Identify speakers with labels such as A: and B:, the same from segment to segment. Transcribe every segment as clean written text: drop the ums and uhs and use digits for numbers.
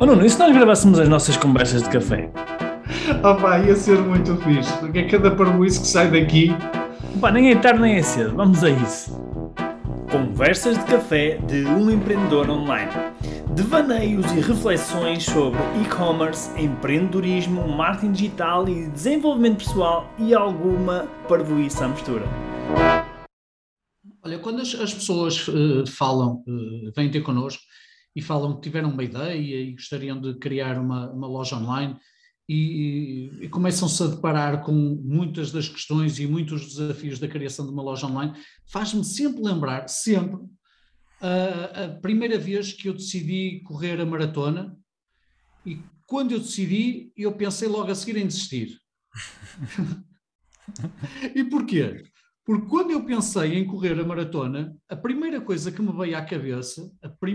A: Oh Nuno, e se nós gravássemos as nossas conversas de café?
B: Opa, ia ser muito fixe, porque é cada parboice que sai daqui.
A: Pá, nem é tarde nem é cedo, vamos a isso. Conversas de café de um empreendedor online. Devaneios e reflexões sobre e-commerce, empreendedorismo, marketing digital e desenvolvimento pessoal e alguma parvoíce à mistura.
B: Olha, quando as pessoas falam, vêm ter connosco e falam que tiveram uma ideia e gostariam de criar uma loja online e começam-se a deparar com muitas das questões e muitos desafios da criação de uma loja online, faz-me sempre lembrar, sempre, a primeira vez que eu decidi correr a maratona e quando eu decidi, eu pensei logo a seguir em desistir. E porquê? Porque quando eu pensei em correr a maratona, a primeira coisa que me veio à cabeça,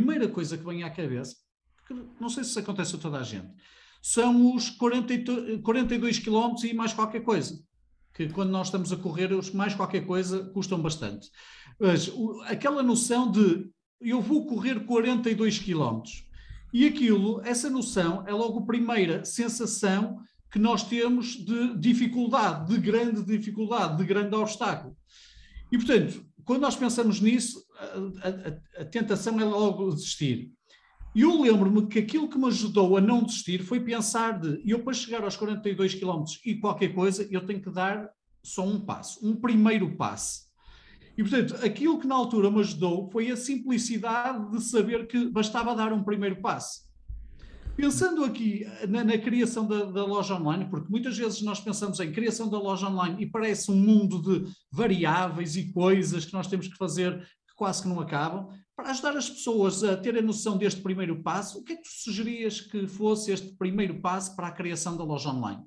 B: porque não sei se isso acontece a toda a gente, são os 42 quilómetros e mais qualquer coisa. Que quando nós estamos a correr, os mais qualquer coisa custam bastante. Mas aquela noção de eu vou correr 42 quilómetros. E aquilo, essa noção, é logo a primeira sensação que nós temos de dificuldade, de grande obstáculo. E, portanto, quando nós pensamos nisso, a tentação é logo desistir. E eu lembro-me que aquilo que me ajudou a não desistir foi pensar eu para chegar aos 42 quilómetros e qualquer coisa, eu tenho que dar só um passo, um primeiro passo. E, portanto, aquilo que na altura me ajudou foi a simplicidade de saber que bastava dar um primeiro passo. Pensando aqui na criação da loja online, porque muitas vezes nós pensamos em criação da loja online e parece um mundo de variáveis e coisas que nós temos que fazer que quase que não acabam. Para ajudar as pessoas a terem noção deste primeiro passo, o que é que tu sugerias que fosse este primeiro passo para a criação da loja online?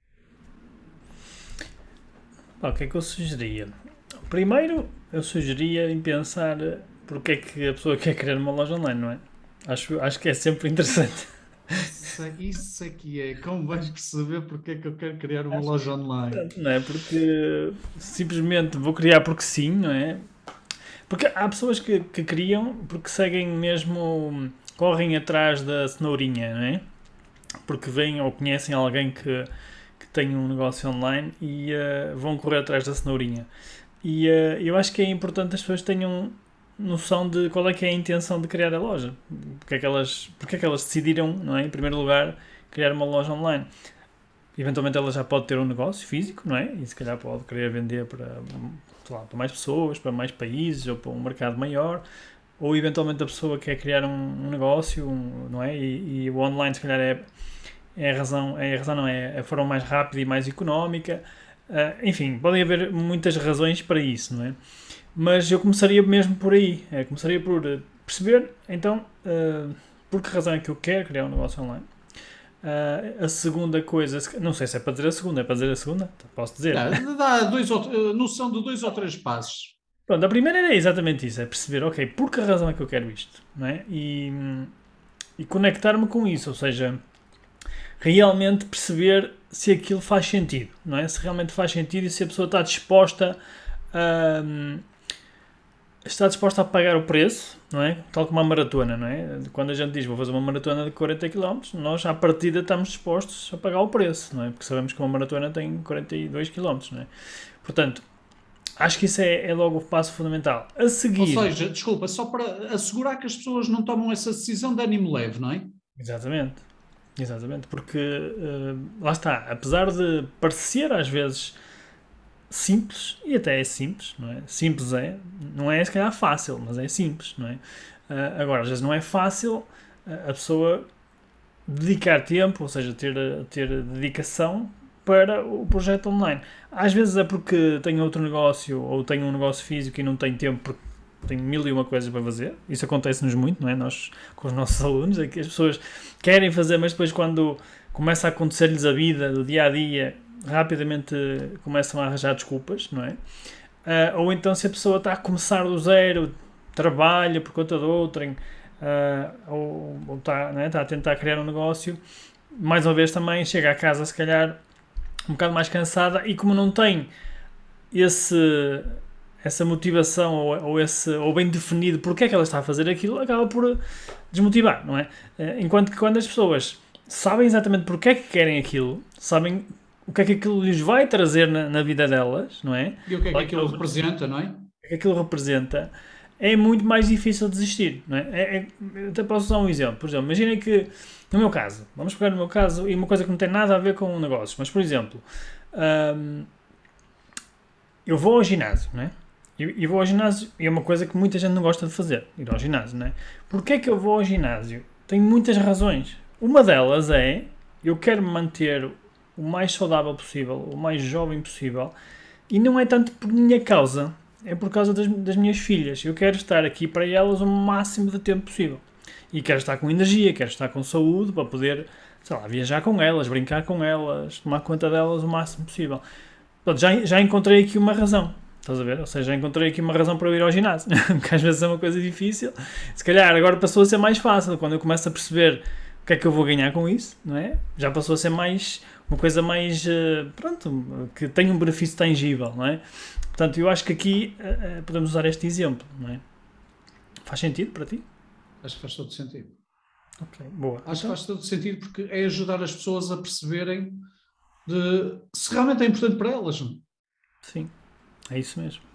A: Pá, o que é que eu sugeria? Primeiro, eu sugeria em pensar porque é que a pessoa quer criar uma loja online, não é? Acho que é sempre interessante.
B: Isso aqui é como vais perceber porque é que eu quero criar uma loja online.
A: Não é? Porque simplesmente vou criar porque sim, não é? Porque há pessoas que criam porque seguem mesmo, correm atrás da cenourinha, não é? Porque veem ou conhecem alguém que tem um negócio online e vão correr atrás da cenourinha. E eu acho que é importante as pessoas tenham noção de qual é que é a intenção de criar a loja. Porque é que elas decidiram, não é? Em primeiro lugar, criar uma loja online. Eventualmente ela já pode ter um negócio físico, não é? E se calhar pode querer vender para, sei lá, para mais pessoas, para mais países ou para um mercado maior. Ou eventualmente a pessoa quer criar um negócio, não é? E o online se calhar é a razão, não é a forma mais rápida e mais económica. Enfim, podem haver muitas razões para isso, não é? Mas eu começaria mesmo por aí. Começaria por perceber, então, por que razão é que eu quero criar um negócio online. A segunda coisa, não sei se é para dizer a segunda, é para dizer a segunda? Posso dizer.
B: Dá noção de 2 ou 3 passos.
A: Pronto, a primeira era exatamente isso, é perceber, ok, por que razão é que eu quero isto, não é? E conectar-me com isso, ou seja, realmente perceber se aquilo faz sentido, não é? Se realmente faz sentido e se a pessoa está disposta a pagar o preço, não é? Tal como a maratona, não é? Quando a gente diz vou fazer uma maratona de 40 km, nós à partida estamos dispostos a pagar o preço, não é? Porque sabemos que uma maratona tem 42 km, não é? Portanto, acho que isso é logo o passo fundamental. A seguir...
B: Ou seja, desculpa, só para assegurar que as pessoas não tomam essa decisão de ânimo leve, não é?
A: Exatamente, porque lá está, apesar de parecer às vezes simples, e até é simples, não é? Simples não é se calhar fácil, mas é simples, não é? Agora, às vezes não é fácil a pessoa dedicar tempo, ou seja, ter dedicação para o projeto online. Às vezes é porque tem outro negócio ou tem um negócio físico e não tem tempo porque tem 1001 coisas para fazer. Isso acontece-nos muito, não é? Nós, com os nossos alunos, é que as pessoas querem fazer, mas depois quando começa a acontecer-lhes a vida, do dia a dia, rapidamente começam a arranjar desculpas, não é? Ou então se a pessoa está a começar do zero, trabalha por conta de outrem, ou está, não é? Está a tentar criar um negócio, mais uma vez também chega a casa se calhar um bocado mais cansada e como não tem essa motivação ou bem definido porque é que ela está a fazer aquilo, acaba por desmotivar, não é? Enquanto que quando as pessoas sabem exatamente porque é que querem aquilo, sabem o que é que aquilo lhes vai trazer na vida delas, não é?
B: E o que é que aquilo representa, não é?
A: O que aquilo representa, é muito mais difícil desistir, não é? Até posso usar um exemplo. Por exemplo, imaginem que, no meu caso, vamos pegar no meu caso, e uma coisa que não tem nada a ver com negócios, mas, por exemplo, eu vou ao ginásio, não é? E vou ao ginásio, e é uma coisa que muita gente não gosta de fazer, ir ao ginásio, não é? Porquê é que eu vou ao ginásio? Tem muitas razões. Uma delas é, eu quero me manter o mais saudável possível, o mais jovem possível, e não é tanto por minha causa, é por causa das minhas filhas. Eu quero estar aqui para elas o máximo de tempo possível. E quero estar com energia, quero estar com saúde para poder, sei lá, viajar com elas, brincar com elas, tomar conta delas o máximo possível. Pronto, já encontrei aqui uma razão. Estás a ver? Ou seja, já encontrei aqui uma razão para eu ir ao ginásio. Porque às vezes é uma coisa difícil. Se calhar agora passou a ser mais fácil. Quando eu começo a perceber o que é que eu vou ganhar com isso, não é? Já passou a ser uma coisa mais, pronto, que tem um benefício tangível, não é? Portanto, eu acho que aqui podemos usar este exemplo, não é? Faz sentido para ti?
B: Acho que faz todo sentido.
A: Ok, boa.
B: Acho que faz todo sentido porque é ajudar as pessoas a perceberem se realmente é importante para elas.
A: Sim, é isso mesmo.